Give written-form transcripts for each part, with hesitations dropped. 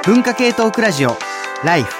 文化系トークラジオライフ。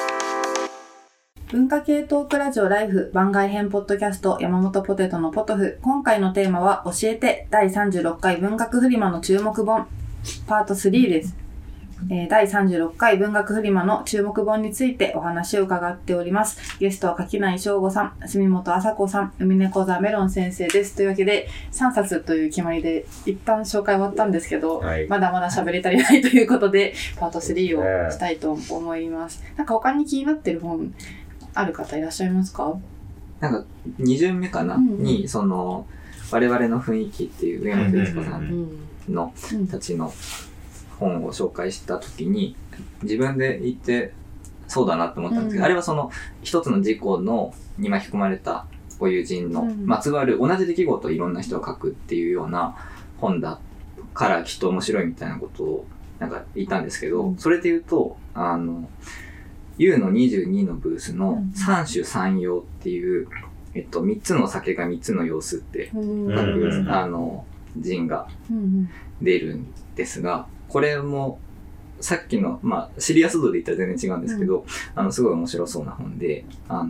文化系トークラジオライフ番外編ポッドキャスト山本ポテトのポトフ。今回のテーマは教えて第36回文学フリマの注目本パート3です。第36回文学フリマの注目本についてお話を伺っております。ゲストは柿内翔吾さん、住本麻子さん、海猫座メロン先生です。というわけで3冊という決まりで一旦紹介終わったんですけど、はい、まだまだ喋り足りないということでパート3をしたいと思います。なんか他に気になってる本ある方いらっしゃいますか？ なんか2巡目かな、にその我々の雰囲気っていう上本悦子さんのたちの本を紹介した時に自分で言ってそうだなって思ったんですけど、あれはその一つの事故に巻き込まれたご友人のまつわる同じ出来事をいろんな人が書くっていうような本だからきっと面白いみたいなことをなんか言ったんですけど、それで言うとU の22のブースの三種三様っていう、3つの酒が3つの様子って書く陣が出るんですが、これもさっきの、シリアス度で言ったら全然違うんですけど、すごい面白そうな本で、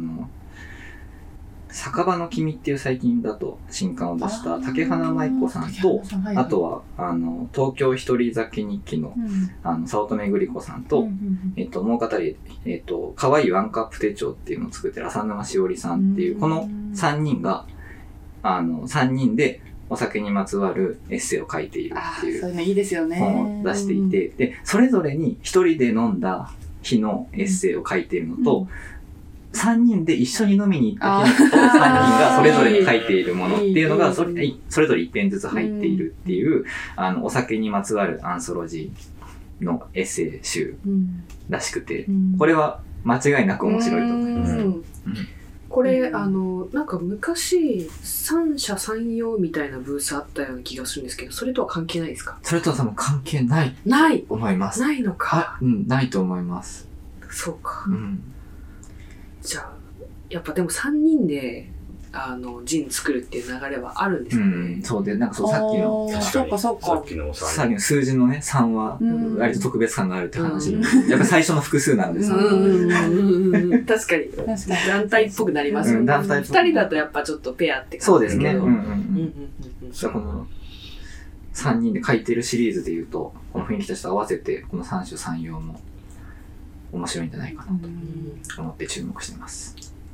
酒場の君っていう最近だと新刊を出した竹花舞子さんと、あとは東京一人酒日記の、早乙女ぐり子さんと、もう片人、可愛いワンカップ手帳っていうのを作ってる浅沼しおりさんっていう、この3人が、3人でお酒にまつわるエッセイを書いているっていう本を出していて、で、それぞれに一人で飲んだ日のエッセイを書いているのと、3人で一緒に飲みに行った日のことを3人がそれぞれに書いているものっていうのがそれぞれ1編ずつ入っているっていう、お酒にまつわるアンソロジーのエッセイ集らしくて、これは間違いなく面白いと思います。 これ、なんか昔、三者三様みたいなブースあったような気がするんですけど、それとは関係ないですか？ それとは多分関係ないと思います。 ないのか。 ないと思います。 そうか。じゃあ、やっぱでも3人で、ジン作るっていう流れはあるんですよね。 そうで、なんかさっきのさっきの数字のね、3は、割と特別感があるって話。やっぱ最初の複数なんです。 確かに。団体っぽくなりますよね。2人だとやっぱちょっとペアって感じ。 そうですね。この3人で書いてるシリーズで言うと、この雰囲気たちと合わせて、この三種三様も面白いんじゃないかなと思って注目しています。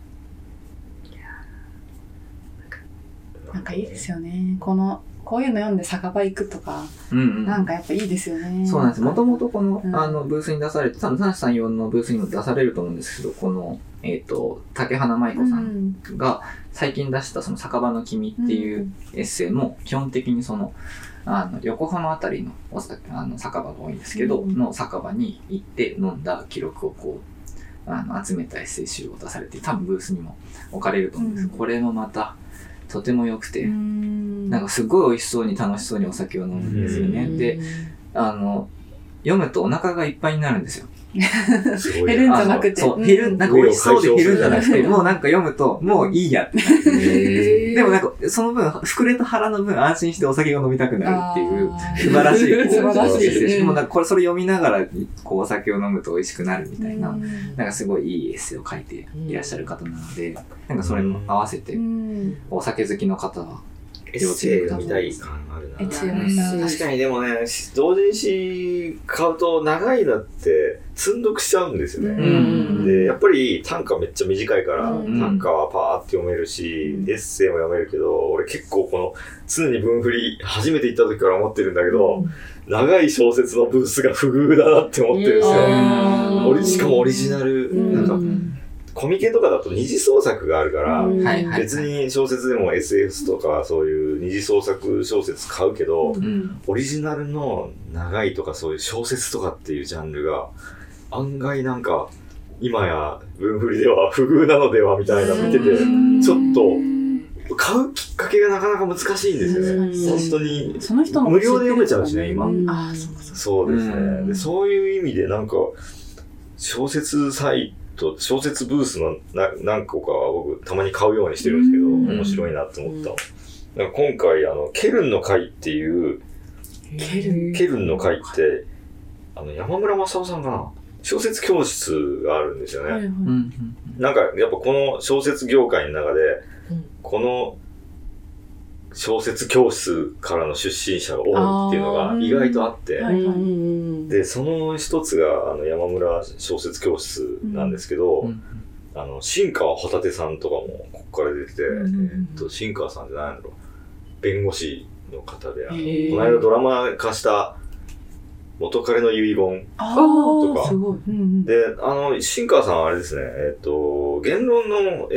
なんかいいですよね。こういうの読んで酒場行くとか、なんかやっぱいいですよね。 そうなんです。もともとこの、ブースに出されて、多分334のブースにも出されると思うんですけど、この、竹花舞子さんが最近出したその酒場の君っていうエッセイも、基本的にその、横浜あたりの酒場が多いんですけど、の酒場に行って飲んだ記録をこう、集めたエッセイ集を出されて、多分ブースにも置かれると思うんですけど、これもまた、とても良くて、なんかすごい美味しそうに楽しそうにお酒を飲むんですよね。で、読むとお腹がいっぱいになるんですよ。 減るんじゃなくて。 そう、なんか美味しそうで減るんじゃなくて、もうなんか読むと、もういいやって。でもなんか、その分、膨れた腹の分安心してお酒が飲みたくなるっていう、素晴らしい。 素晴らしい。 でもなんかそれ読みながら、こうお酒を飲むと美味しくなるみたいな、なんかすごいいいエッセイを書いていらっしゃる方なので、なんかそれも合わせて、お酒好きの方は、 エッセイが見たい感あるな。確かにでもね、同人誌買うと長いなって積んどくしちゃうんですよね。で、やっぱり単価めっちゃ短いから、単価はパーって読めるし、エッセイも読めるけど、俺結構この常に文振り初めて行った時から思ってるんだけど、長い小説のブースが不遇だなって思ってるんですよ。しかもオリジナル、なんか、コミケとかだと二次創作があるから、別に小説でも SF とかそういう二次創作小説買うけど、オリジナルの長いとかそういう小説とかっていうジャンルが案外なんか今や文振りでは不遇なのではみたいなの見てて、ちょっと買うきっかけがなかなか難しいんですよね。本当にその人の無料で読めちゃうしね、今。 そうですね。でそういう意味でなんか小説ブースの何個かは僕たまに買うようにしてるんですけど、面白いなと思った。なんか今回ケルンの会っていう、ケルンの会って山村正夫さんかな、小説教室があるんですよね。 はいはい。 なんかやっぱこの小説業界の中で、この小説教室からの出身者が多いっていうのが意外とあって、で、その一つが山村小説教室なんですけど、新川ホタテさんとかもここから出てて、新川さんじゃないんだろう、弁護士の方で、この間ドラマ化した元彼の遺言とか。 すごい。 で、新川さんはあれですね、言論の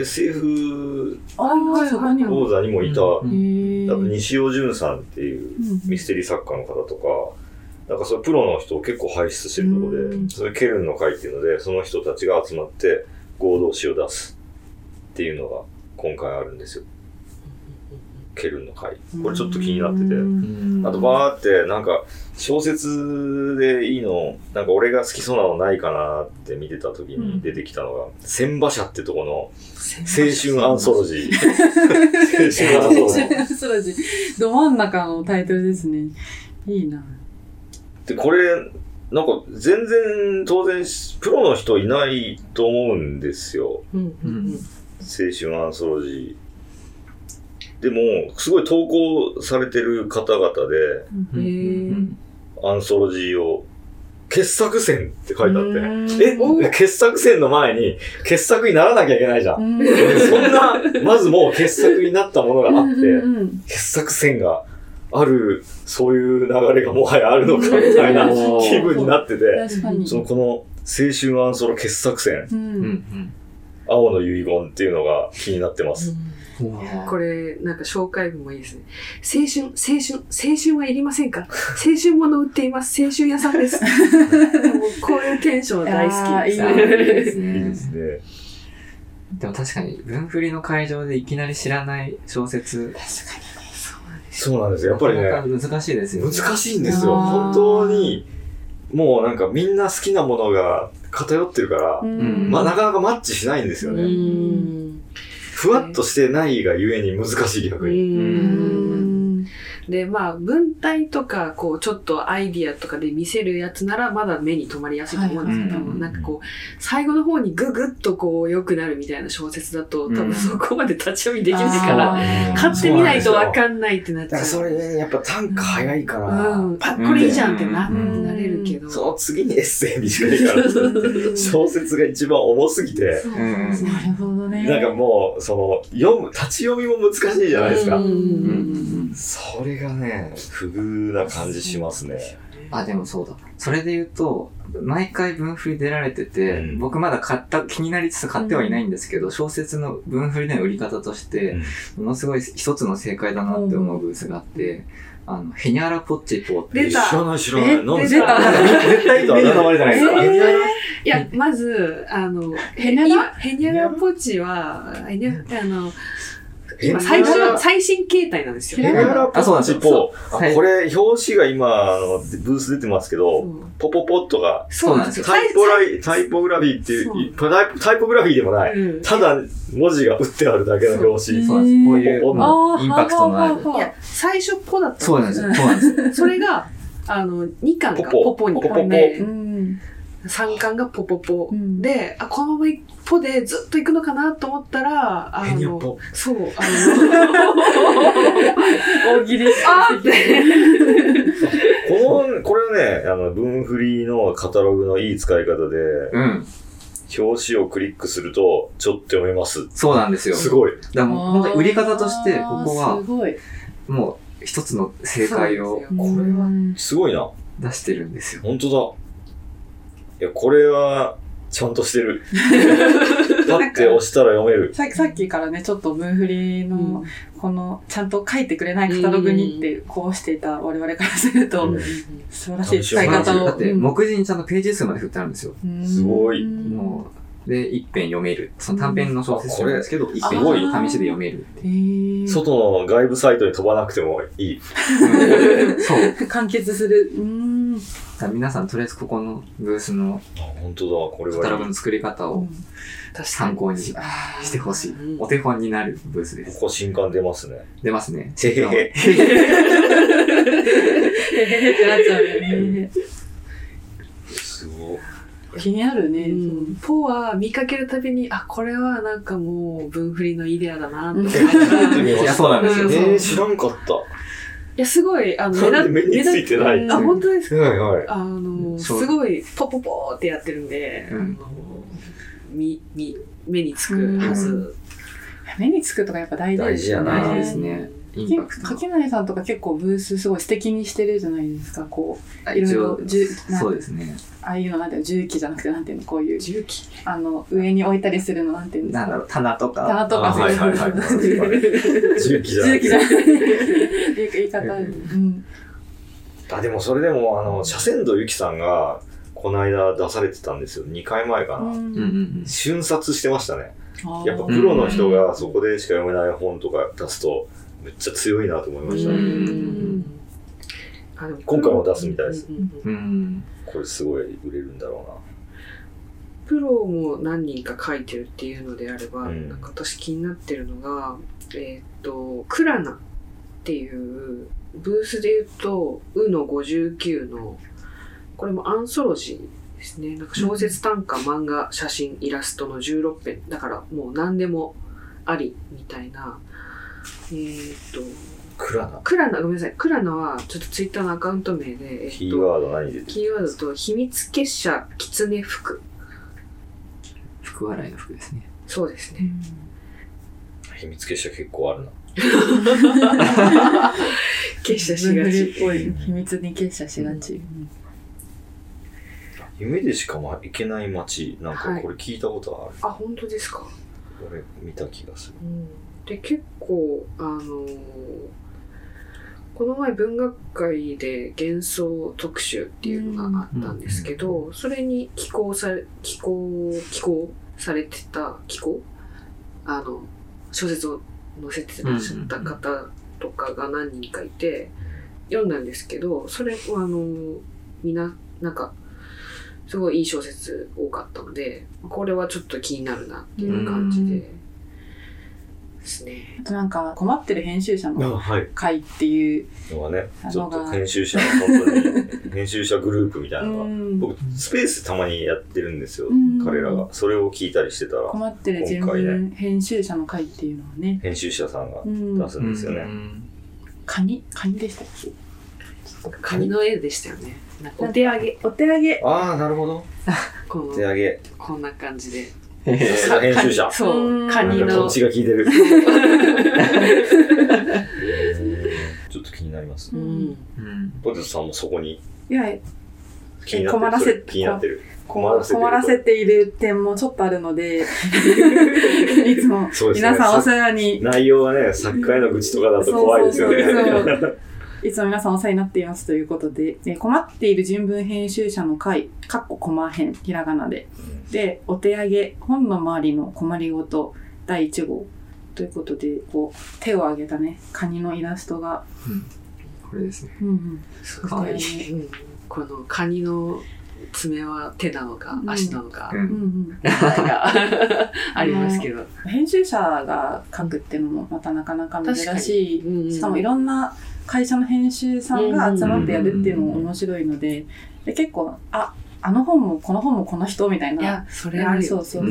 SF 講座にもいた、あと西尾淳さんっていうミステリー作家の方とか、なんかそういうプロの人を結構輩出してるところで、それケルンの会っていうので、その人たちが集まって合同詩を出すっていうのが今回あるんですよ。ケルンの会。これちょっと気になってて。あとバーってなんか小説でいいの、なんか俺が好きそうなのないかなって見てた時に出てきたのが、千馬車ってとこの青春アンソロジー。青春アンソロジー。ど真ん中のタイトルですね。いいな。 で、これ、なんか全然当然プロの人いないと思うんですよ。青春アンソロジー。でも、すごい投稿されてる方々で、アンソロジーを、傑作選って書いてあって、傑作選の前に傑作にならなきゃいけないじゃん。そんな、まずもう傑作になったものがあって、傑作選がある、そういう流れがもはやあるのかみたいな気分になってて、この青春アンソロ傑作選、青の遺言っていうのが気になってます。 これ、なんか紹介文もいいですね。青春はいりませんか？青春物売っています。青春屋さんです。もうこういうテンション大好きです。 いいですね。 でも確かに、文振りの会場でいきなり知らない小説。確かに。 そうなんですよ。やっぱりね。 難しいですよね。 難しいんですよ。本当に、もうなんかみんな好きなものが偏ってるから、まあなかなかマッチしないんですよね。ふわっとしてないがゆえに難しい逆に。 で、まあ、文体とか、こう、ちょっとアイディアとかで見せるやつなら、まだ目に留まりやすいと思うんですけど、なんかこう、最後の方にググッとこう、良くなるみたいな小説だと、多分そこまで立ち読みできないから、買ってみないとわかんないってなっちゃう。 それね、やっぱ単価早いから、 これいいじゃんってなれるけど。 その次にエッセイ短いから、小説が一番重すぎて、 なるほどね。 なんかもう、立ち読みも難しいじゃないですか。それがね、不遇な感じしますね。 あ、でもそうだ。それで言うと、毎回文振り出られてて、僕まだ気になりつつ買ってはいないんですけど、小説の文振りでの売り方として、ものすごい一つの正解だなって思うブースがあって、ヘニャラポッチポっていう。 知らない。なんですか？ 絶対目に留まるじゃないですか。 いや、まず、ヘニャラポッチは、今最新形態なんですよ。 ヘニャラポッチポ。これ、表紙が今、ブース出てますけど、ポポポットが、 そうなんですよ。 タイポグラフィーっていう、タイポグラフィーでもない。ただ、文字が打ってあるだけの表紙。 そうなんです。こういうインパクトのある。 いや、最初ポだった。 そうなんですよ。 それが、2巻がポポに変わって、3巻がポポポで、このままポでずっと行くのかなと思ったら、そう、 大喜利してこれはね、文振りのカタログのいい使い方で、表紙をクリックすると、ちょっと読めます。 そうなんですよ。 すごい。 だからもう本当に売り方として、ここは、もう一つの正解を、 これは、すごいな。 出してるんですよ。 本当だ。いや、これは、ちゃんとしてる。パッて押したら読める。 さっきからね、ちょっと文振りの、この、ちゃんと書いてくれないカタログにってこうしていた我々からすると、素晴らしい使い方を。 だって、目次にちゃんとページ数まで振ってあるんですよ。 すごい。 もう、で、一編読める。その短編の小説なんですけど、一編試しで読める。 外の外部サイトに飛ばなくてもいい。 そう。 完結する。 皆さんとりあえずここのブースの本当だ、これはカタログの作り方を参考にしてほしい。お手本になるブースです。 ここ新刊出ますね。 出ますね。 へへへ。 へへへってなっちゃうよね。 気になるね。 ポは見かけるたびに、あ、これはなんかもう文振りのイデアだなって。 いや、そうなんですよ。 知らんかった。 いや、すごい、 目についてない。 あ、本当ですか？ はいはい。 すごい、ポポポーってやってるんで、目につくはず。 目につくとかやっぱ大事ですね。 大事ですね。 柿内さんとか結構ブースすごい素敵にしてるじゃないですか。こういろいろそうですね。 ああいうのなんていうの、重機じゃなくてなんていうの、こういう重機上に置いたりするのなんていうんですか。 なんだろう、棚とか。 はいはいはい。重機じゃなくて。 言い方。 でもそれでも車千堂由紀さんがこの間出されてたんですよ。2回前かな。瞬殺してましたね。やっぱプロの人がそこでしか読めない本とか出すとめっちゃ強いなと思いました。今回も出すみたいです。これすごい売れるんだろうな。 プロも何人か書いてるっていうのであれば、なんか私気になってるのが、クラナっていうブースで言うとウの59のこれもアンソロジーですね。なんか小説、短歌、漫画、写真、イラストの16編だからもう何でもありみたいな。クラナごめんなさい。クラナはちょっとツイッターのアカウント名で、 キーワード何で？ キーワードと秘密結社狐服。 福笑いの服ですね。 そうですね。 秘密結社結構あるな。 結社しがち。 秘密に結社しがち。 夢でしか行けない街、なんかこれ聞いたことある。 あ、本当ですか。 俺見た気がする。 で、結構この前文学会で幻想特集っていうのがあったんですけど、それに寄稿されてた小説を載せてらっしゃった方とかが何人かいて読んだんですけど、それはみんななんかすごいいい小説多かったので、これはちょっと気になるなっていう感じでですね。 あとなんか困ってる編集者の会っていうのがね、ちょっと編集者の本当に編集者グループみたいなのが僕スペースたまにやってるんですよ、彼らが。それを聞いたりしてたら困ってる人文編集者の会っていうのはね、 編集者さんが出すんですよね。 カニでしたっけ？ カニの絵でしたよね。お手上げ。 ああ、なるほど。お手上げ。 こんな感じで。 編集者。 そう。カニの。 こっちが聞いてる。ちょっと気になります。ポテトさんもそこに。 いや、 気になってる。 困らせている点もちょっとあるので、いつも皆さんお世話に。 内容はね、作家への愚痴とかだと怖いですよね。 いつも皆さんお世話になっていますということで、困っている人文編集者の会、コマ編、ひらがなで。で、お手上げ、本の周りの困りごと、第1号。ということで、こう、手を挙げたね、カニのイラストが。 これですね。 かわいい。このカニの爪は手なのか、足なのか、ありますけど。 編集者が書くっていうのもまたなかなか珍しい。しかもいろんな会社の編集さんが集まってやるっていうのも面白いので、結構、あの本もこの本もこの人みたいな。 いや、それあるよ。 そう。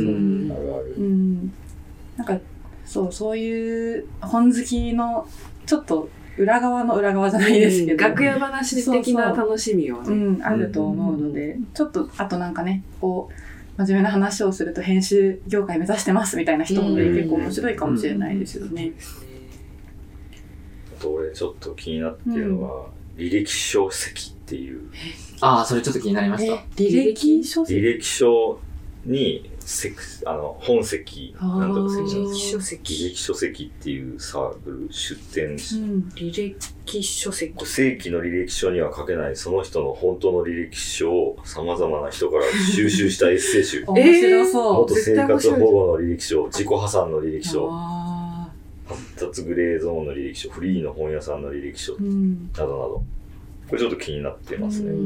なんか、そういう本好きのちょっと裏側の裏側じゃないですけど。 楽屋話的な楽しみをね。 あると思うので、ちょっと、あとなんかね、こう、真面目な話をすると編集業界目指してますみたいな人も結構面白いかもしれないですよね。 あと俺ちょっと気になってるのは、履歴書籍っていう。 ああ、それちょっと気になりました。 履歴書籍？ 履歴書に本籍なんとか履歴書籍。 履歴書籍っていうサークル出展履歴書籍。 正規の履歴書には書けないその人の本当の履歴書を様々な人から収集したエッセイ集。 面白そう。 元生活保護の履歴書、自己破産の履歴書、発達グレーゾーンの履歴書、フリーの本屋さんの履歴書、などなど。これちょっと気になってますね。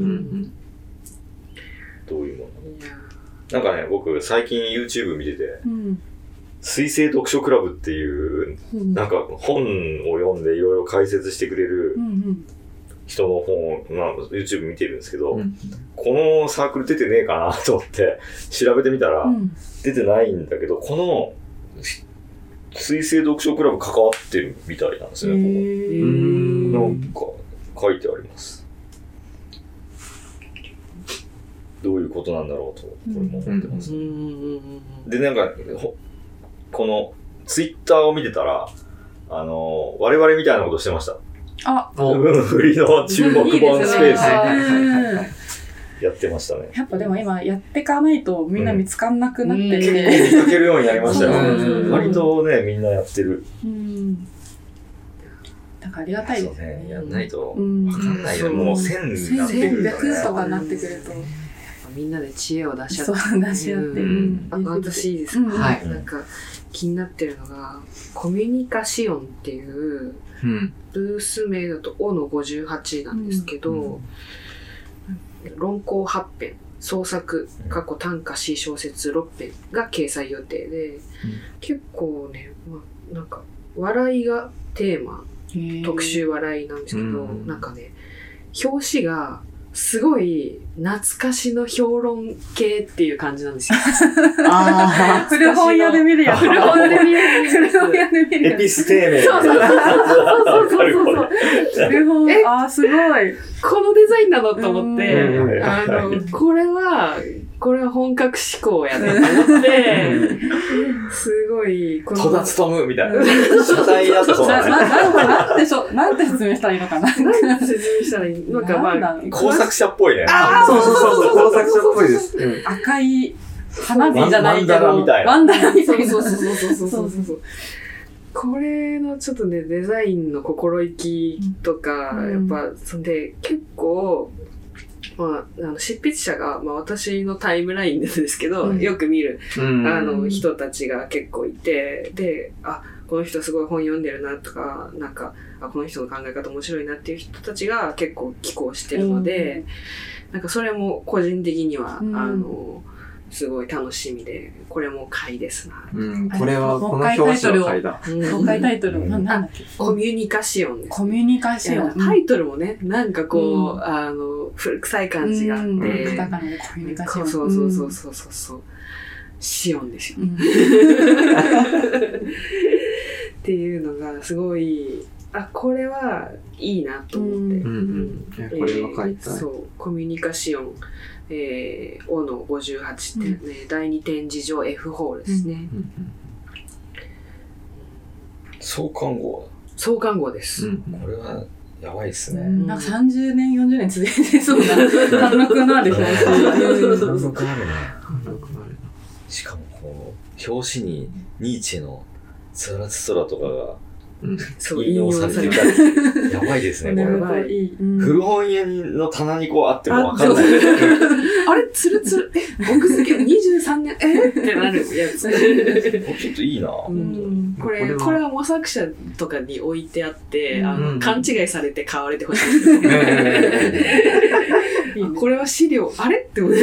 どういうもの？なんかね、僕最近 YouTube 見てて、水星読書クラブっていう、なんか本を読んでいろいろ解説してくれる人の本、YouTube 見てるんですけど、このサークル出てねえかなと思って調べてみたら、出てないんだけど、この水星読書クラブ関わってるみたいなんですね、なんか書いてあります。どういうことなんだろうと、これも思ってます。で、なんか、このツイッターを見てたら、我々みたいなことしてました。フリの注目本スペースやってましたね。 やっぱでも今やっていかないとみんな見つかんなくなってて、 結構見かけるようになりましたよ。割とね、みんなやってる。 だからありがたいですね。やんないとわかんないよ。もう1000になってくると 1100とかなってくると。 みんなで知恵を出し合って。 そう、出し合って。 私いいですか？はい。なんか気になってるのが、コミュニカシオンっていう、ブース名だと O の58なんですけど、論考8編、創作、短歌詩小説6編が掲載予定で、結構ね、なんか笑いがテーマ、特集笑いなんですけど、なんかね、表紙がすごい懐かしの評論系っていう感じなんですよ。 古本屋で見るやつ。古本屋で見るやつ。 エピステーメ。 そう。古本、すごい。 このデザインなのと思って、これは本格思考やねと思って、すごい、 戸田勉みたいな。書体だとそうだね。 なんて説明したらいいのかな。 なんて説明したらいいのか、 工作者っぽいね。 そう、工作者っぽいです。 赤い花火じゃないけど、 マンダラみたいな。 マンダラみたいな。 そう。これのちょっとね、デザインの心意気とか、やっぱ、そんで、結構、執筆者が、私のタイムラインですけど、よく見る、人たちが結構いて、で、この人すごい本読んでるなとか、なんか、この人の考え方面白いなっていう人たちが結構寄稿してるので、なんかそれも個人的には、すごい楽しみで、これも買いですな。 これは、この表紙の買いだ。 公開タイトルなんだっけ？ コミュニカシオンです。 コミュニカシオン。 タイトルもね、なんかこう、古臭い感じがあって。 カタカナでコミュニカシオン。 そう。シオンですよ。っていうのがすごい、これはいいなと思って。 これは買いたい。 そう、コミュニカシオン。O の58点、第2展示場 F ホールですね。 創刊号です。 これはやばいっすね。 なんか30年、40年続いてそうな貫禄のある表紙。 貫禄あるね。しかもこう、表紙にニーチェのツアラツトラとかが引用されてるから、やばいですね、これ。古本屋の棚にこうあってもわかんない。 あれつるつる。僕すげえ23年、ってなるやつ。 ちょっといいな。 これは模索者とかに置いてあって、勘違いされて買われてほしい。これは資料、あれって思って。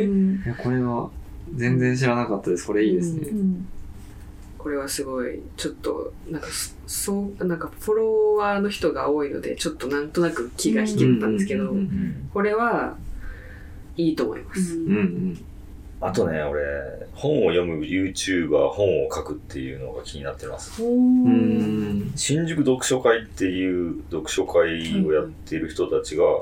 これは全然知らなかったです。これいいですね。 これはすごい、ちょっと、なんかフォロワーの人が多いので、ちょっとなんとなく気が引けたんですけど、これはいいと思います。 あとね、俺、本を読む YouTuber、本を書くっていうのが気になってます。新宿読書会っていう読書会をやっている人たちが、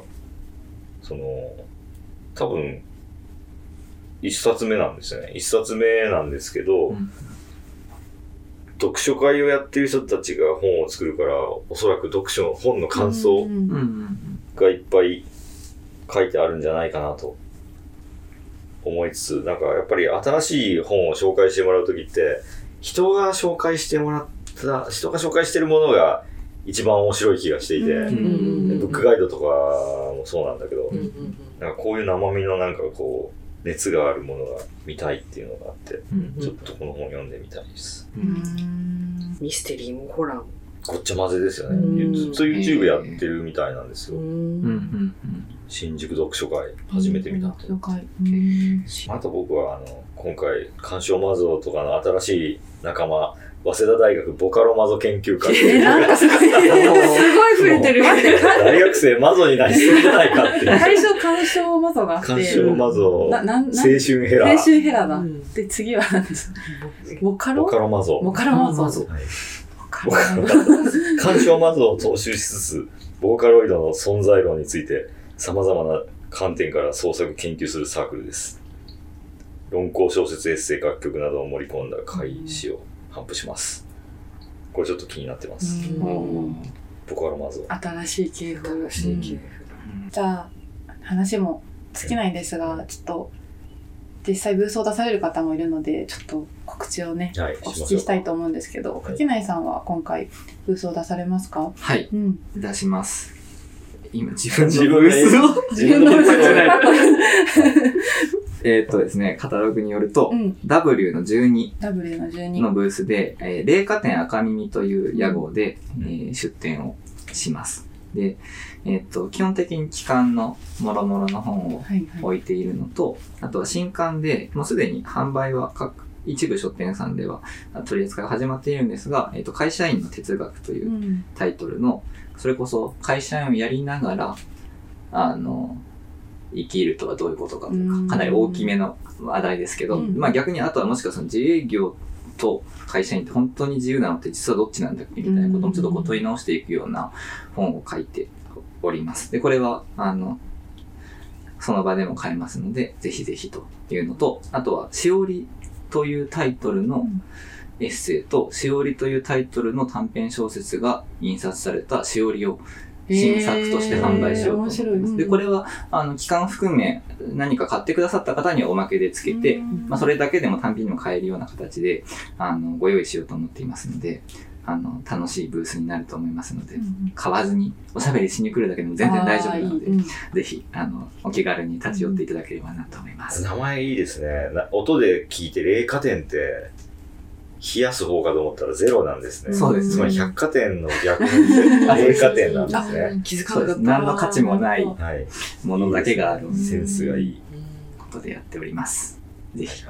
多分、一冊目なんですよね。一冊目なんですけど、読書会をやってる人たちが本を作るから、おそらく本の感想がいっぱい書いてあるんじゃないかなと思いつつ、なんかやっぱり新しい本を紹介してもらうときって、人が紹介してるものが一番面白い気がしていて、ブックガイドとかもそうなんだけど、なんかこういう生身のなんかこう、熱があるものが見たいっていうのがあって、ちょっとこの本読んでみたいです。 ミステリーもホラーもごっちゃ混ぜですよね。ずっと YouTube やってるみたいなんですよ。新宿読書会初めて見た。また僕は今回鑑賞マゾとかの新しい仲間早稲田大学ボカロマゾ研究会っていうなんかすごい増えてる。 大学生マゾになりすぎじゃないかっていう。 最初干渉マゾがあって。 干渉マゾ、青春ヘラ。 青春ヘラだ。で、次は何ですか？ボカロマゾ。ボカロマゾ。 干渉マゾを踏襲しつつ、ボーカロイドの存在論について様々な観点から創作研究するサークルです。論考小説、エッセイ、楽曲などを盛り込んだ会誌を頒布します。これちょっと気になってます。ボカロマゾ。 新しい系譜。じゃあ、話も尽きないんですが、ちょっと実際ブースを出される方もいるので、ちょっと告知をね、お聞きしたいと思うんですけど、垣内さんは今回ブースを出されますか？ はい、出します。今自分のブースを自分のブースじゃないですね、カタログによると、W の12のブースで、麗華店赤耳という屋号で、出展をします。で、基本的に期間のもろもろの本を置いているのと、あとは新刊で、もうすでに販売は一部書店さんでは取り扱いが始まっているんですが、会社員の哲学というタイトルの、それこそ会社員をやりながら、生きるとはどういうことかというか、かなり大きめの話題ですけど、まあ逆にあとはもしかしたら自営業と会社員って本当に自由なのって実はどっちなんだっけみたいなこともちょっと問い直していくような本を書いております。で、これは、その場でも買えますので、ぜひぜひというのと、あとは、しおりというタイトルのエッセイと、しおりというタイトルの短編小説が印刷されたしおりを新作として販売しようと思います。で、これは、期間含め何か買ってくださった方にはおまけでつけて、まあ、それだけでも単品にも買えるような形で、ご用意しようと思っていますので、楽しいブースになると思いますので、買わずにおしゃべりしに来るだけでも全然大丈夫なので、ぜひ、お気軽に立ち寄っていただければなと思います。 名前いいですね。音で聞いて、麗華店って、冷やす方かと思ったらゼロなんですね。 そうですね。 つまり百貨店の逆に麗華店なんですね。 気づかなかった。 何の価値もないものだけがある。 センスがいい。 ことでやっております。ぜひ。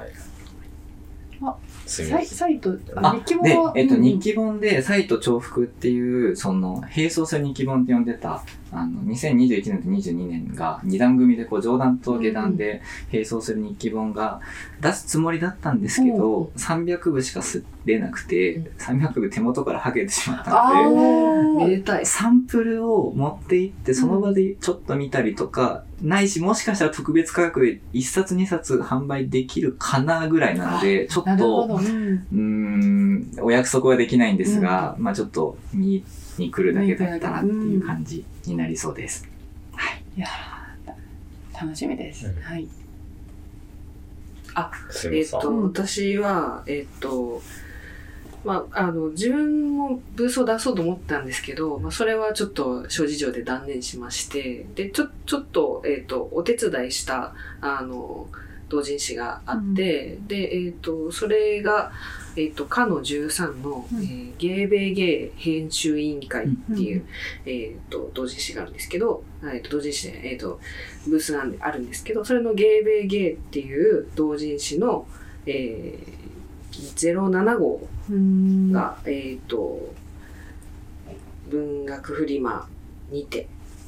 サイト、日記本は日記本で、サイト重複っていう、並走する日記本って呼んでた、2021年と22年が2段組で上段と下段で並走する日記本が出すつもりだったんですけど、300部しか吸れなくて、300部手元からはけてしまったので、 めでたい。 サンプルを持って行って、その場でちょっと見たりとか、ないし、もしかしたら特別価格で1冊2冊販売できるかなぐらいなので、ちょっと、お約束はできないんですが、まあちょっと見に来るだけだったなっていう感じになりそうです。はい。 いやー、楽しみです。はい。 私は、まあ、自分もブースを出そうと思ったんですけど、まあ、それはちょっと諸事情で断念しまして、で、ちょっと、お手伝いした、同人誌があって、で、それが、かの13の、ゲーベーゲー編集委員会っていう、同人誌があるんですけど、同人誌で、ブースがあるんですけど、それのゲーベーゲーっていう同人誌の、07号が、文学フリマにて、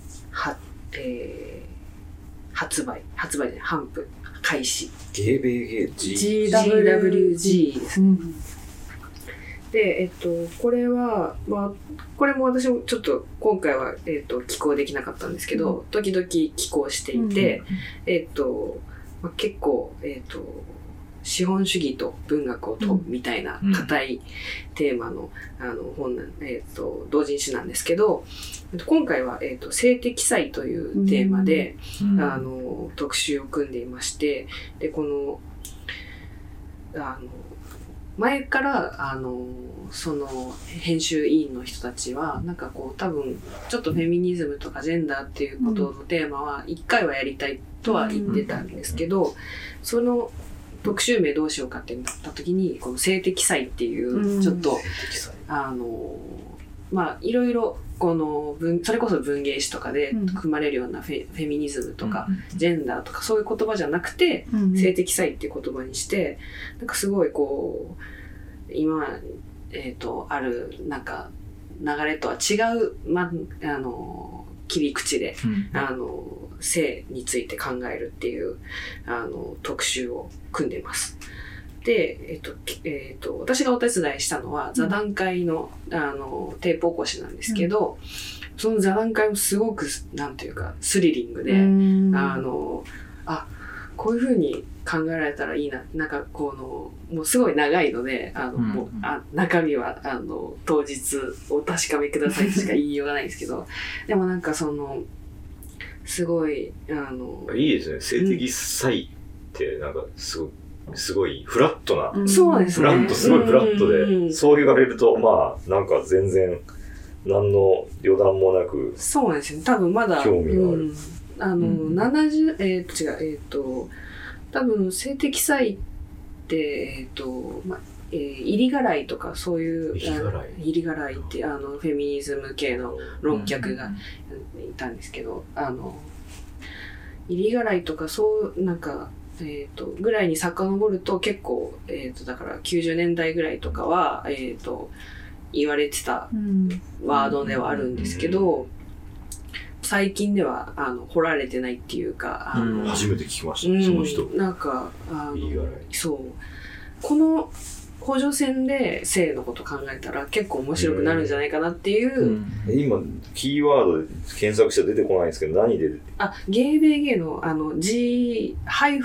販布開始。 ゲーベーゲー GWG ですね。で、これは、まあ、これも私もちょっと今回は、寄稿できなかったんですけど、時々寄稿していて、まあ、結構、資本主義と文学を問うみたいな硬いテーマの、本同人誌なんですけど、今回は、性的彩というテーマで、特集を組んでいまして、で、この、前から、その編集委員の人たちは、なんかこう多分、ちょっとフェミニズムとかジェンダーっていうことのテーマは、一回はやりたいとは言ってたんですけど、その、特集名どうしようかってなった時に、この性的彩っていう、ちょっと、まあ、いろいろ、それこそ文芸誌とかで組まれるようなフェミニズムとか、ジェンダーとかそういう言葉じゃなくて、性的彩っていう言葉にして、なんかすごいこう、今、 あるなんか流れとは違う、切り口で、性について考えるっていう特集を組んでいます。で、私がお手伝いしたのは座談会の、テープ起こしなんですけど、その座談会もすごくなんていうかスリリングで、こういう風に考えられたらいいな、なんかもうすごい長いので、もう中身は当日お確かめくださいとしか言いようがないんですけど、でもなんかすごいいいですね。性的差異ってなんかすごいフラットな、 そうですね。 すごいフラットで、そう言われるとまあなんか全然何の予断もなく、 そうなんですよ。多分まだ興味がある。 多分性的差異って入りがらいとかそういう入りがらいってフェミニズム系の論客がいたんですけど、入りがらいとかそうなんかぐらいに遡ると結構だから90年代ぐらいとかは言われてたワードではあるんですけど、最近では掘られてないっていうか、 初めて聞きました、その人。 なんかそうこの補助線で性のこと考えたら結構面白くなるんじゃないかなっていう、 今キーワードで検索して出てこないんですけど、何でゲーベーゲーのG-W-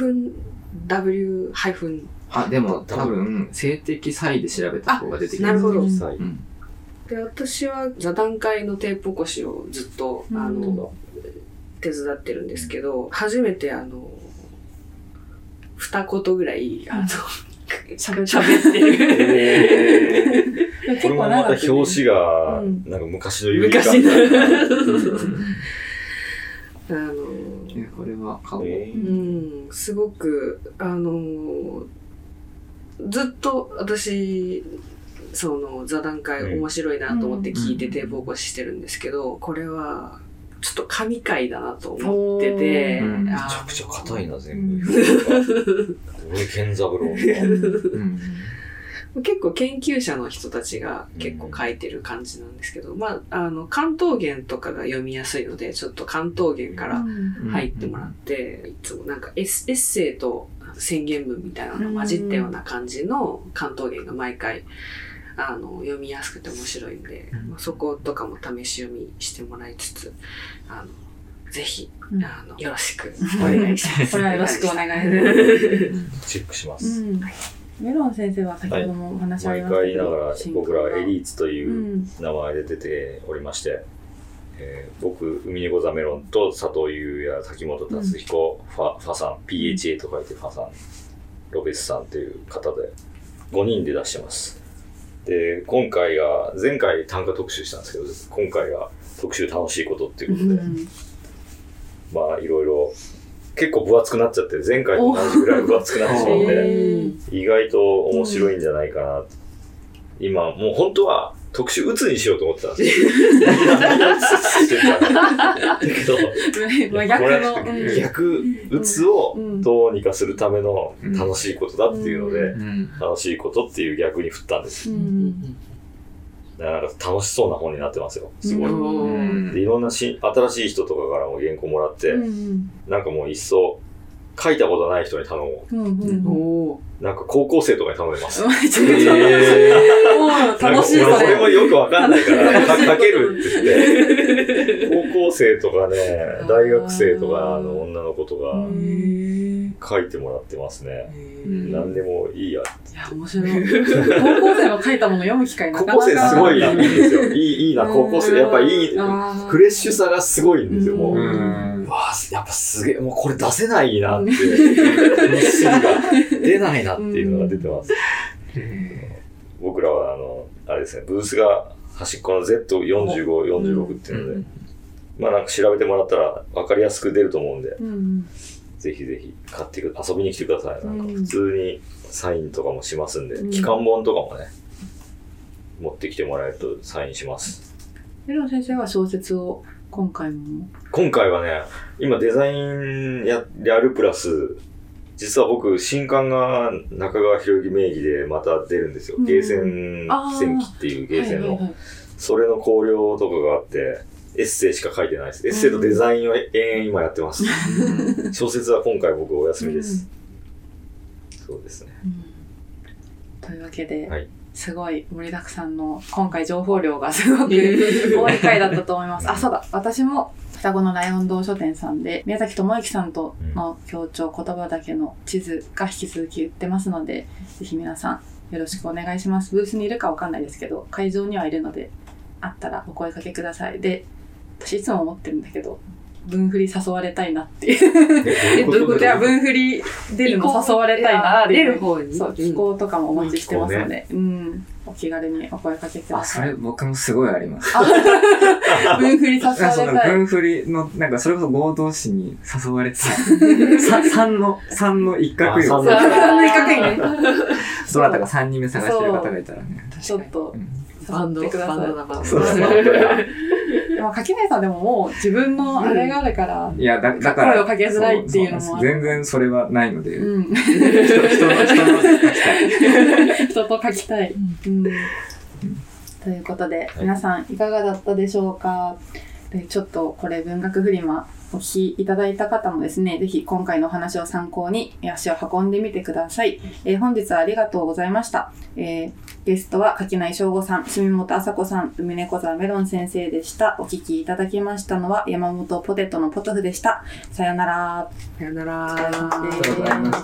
でも多分性的差異で調べた方が出てきます。 なるほど。 うんで、私は座談会のテープ起こしをずっと手伝ってるんですけど、初めて2言ぐらい喋ってる。 これもまた表紙がなんか昔の指昔のこれは顔、 すごくずっと私その座談会面白いなと思って聞いてテープ起こししてるんですけど、これはちょっと神回だなと思ってて、 めちゃくちゃ硬いな全部。俺健三郎。 結構研究者の人たちが結構書いてる感じなんですけど、関東言とかが読みやすいので、ちょっと関東言から入ってもらって、いつもなんかエッセイと宣言文みたいなのが混じったような感じの関東言が毎回読みやすくて面白いんで、そことかも試し読みしてもらいつつ、ぜひ、よろしくお願いします。 これはよろしくお願いします。チェックします。 メロン先生は先ほどもお話ありましたけど、 毎回ながら僕らはエリーツという名前で出ておりまして、僕、海猫座メロンと佐藤優也、滝本達彦、ファさん、PHA と書いてファさん、ロベスさんという方で5人で出してます。で、前回短歌特集したんですけど、今回が特集楽しいことっていうことで、いろいろ結構分厚くなっちゃって、前回と同じぐらい分厚くなってしまって、意外と面白いんじゃないかな。今、もう本当は特集鬱にしようと思ってたんですよ。だけど、逆鬱をどうにかするための楽しいことだっていうので、楽しいことっていう逆に振ったんですよ。だからなんか楽しそうな本になってますよ。すごい。で、いろんな新しい人とかからも原稿もらって、なんかもう一層書いたことない人に頼もう。なんか高校生とかに頼めます。楽しい。それもよくわかんないから書けるって言って、高校生とかね、大学生とか女の子とか書いてもらってますね。何でもいいや。 いや、面白い。高校生の書いたもの読む機会なかなか。 高校生すごいいいんですよ。いいな、高校生。やっぱいい、フレッシュさがすごいんですよ、もう。わぁ、やっぱすげえ、もうこれ出せないなって。出ないなっていうのが出てます。僕らはあれですね、ブースが端っこの Z45、46っていうので、なんか調べてもらったら分かりやすく出ると思うんで、ぜひぜひ買って遊びに来てください。なんか普通にサインとかもしますんで、期間本とかもね、持ってきてもらえるとサインします。 メロン先生は小説を今回はね、 今デザインやるプラス、 実は僕、新刊が中川博之名義でまた出るんですよ。ゲーセン戦記っていうゲーセンの。それの考慮とかがあって、エッセイしか書いてないです。エッセイとデザインを延々今やってます。小説は今回僕お休みです。そうですね。 というわけで、 はい、 すごい盛りだくさんの今回情報量がすごく多い回だったと思います。あ、そうだ。私も双子のライオン堂書店さんで宮崎智之さんとの協調言葉だけの地図が引き続き売ってますので、ぜひ皆さんよろしくお願いします。ブースにいるかわかんないですけど、会場にはいるので、あったらお声かけください。で、私いつも思ってるんだけど、分振り誘われたいなっていう。どういうこと？いや、分振り出るの誘われたいなっていう。 出る方に。 そう、寄稿とかもお待ちしてますので、お気軽にお声かけください。 それ僕もすごいあります。 分振り誘われたい。 分振りの、なんかそれこそ合同誌に誘われたい。3の一角よ。 3の一角にね。 どなたか3人目探してる方がいたらね。 ちょっと、 バンドってください。 バンド。 でも垣根さんでももう自分のあれがあるから、 いや、だから声をかけづらいっていうのも全然それはないので、人と書きたい。ということで、皆さんいかがだったでしょうか。でちょっとこれ文学フリマお聞きいただいた方もですね、ぜひ今回のお話を参考に足を運んでみてください。本日はありがとうございました。ゲストは柿内翔吾さん、住本麻子さん、海猫沢メロン先生でした。お聞きいただきましたのは山本ポテトのポトフでした。さよなら。 さよなら。 ありがとうございました。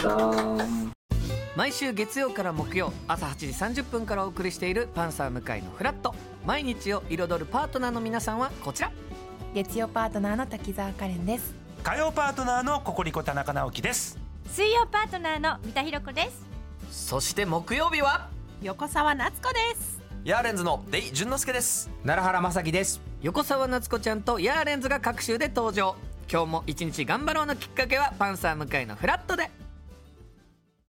毎週月曜から木曜朝8時30分からお送りしているパンサー向井のフラット。毎日を彩るパートナーの皆さんはこちら。 月曜パートナーの滝沢カレンです。 火曜パートナーのココリコ田中直樹です。 水曜パートナーの三田寛子です。 そして木曜日は横澤夏子です。 ヤーレンズのデイ淳之介です。 奈良原正樹です。 横澤夏子ちゃんとヤーレンズが各週で登場。今日も一日頑張ろうのきっかけはパンサー向井のフラットで。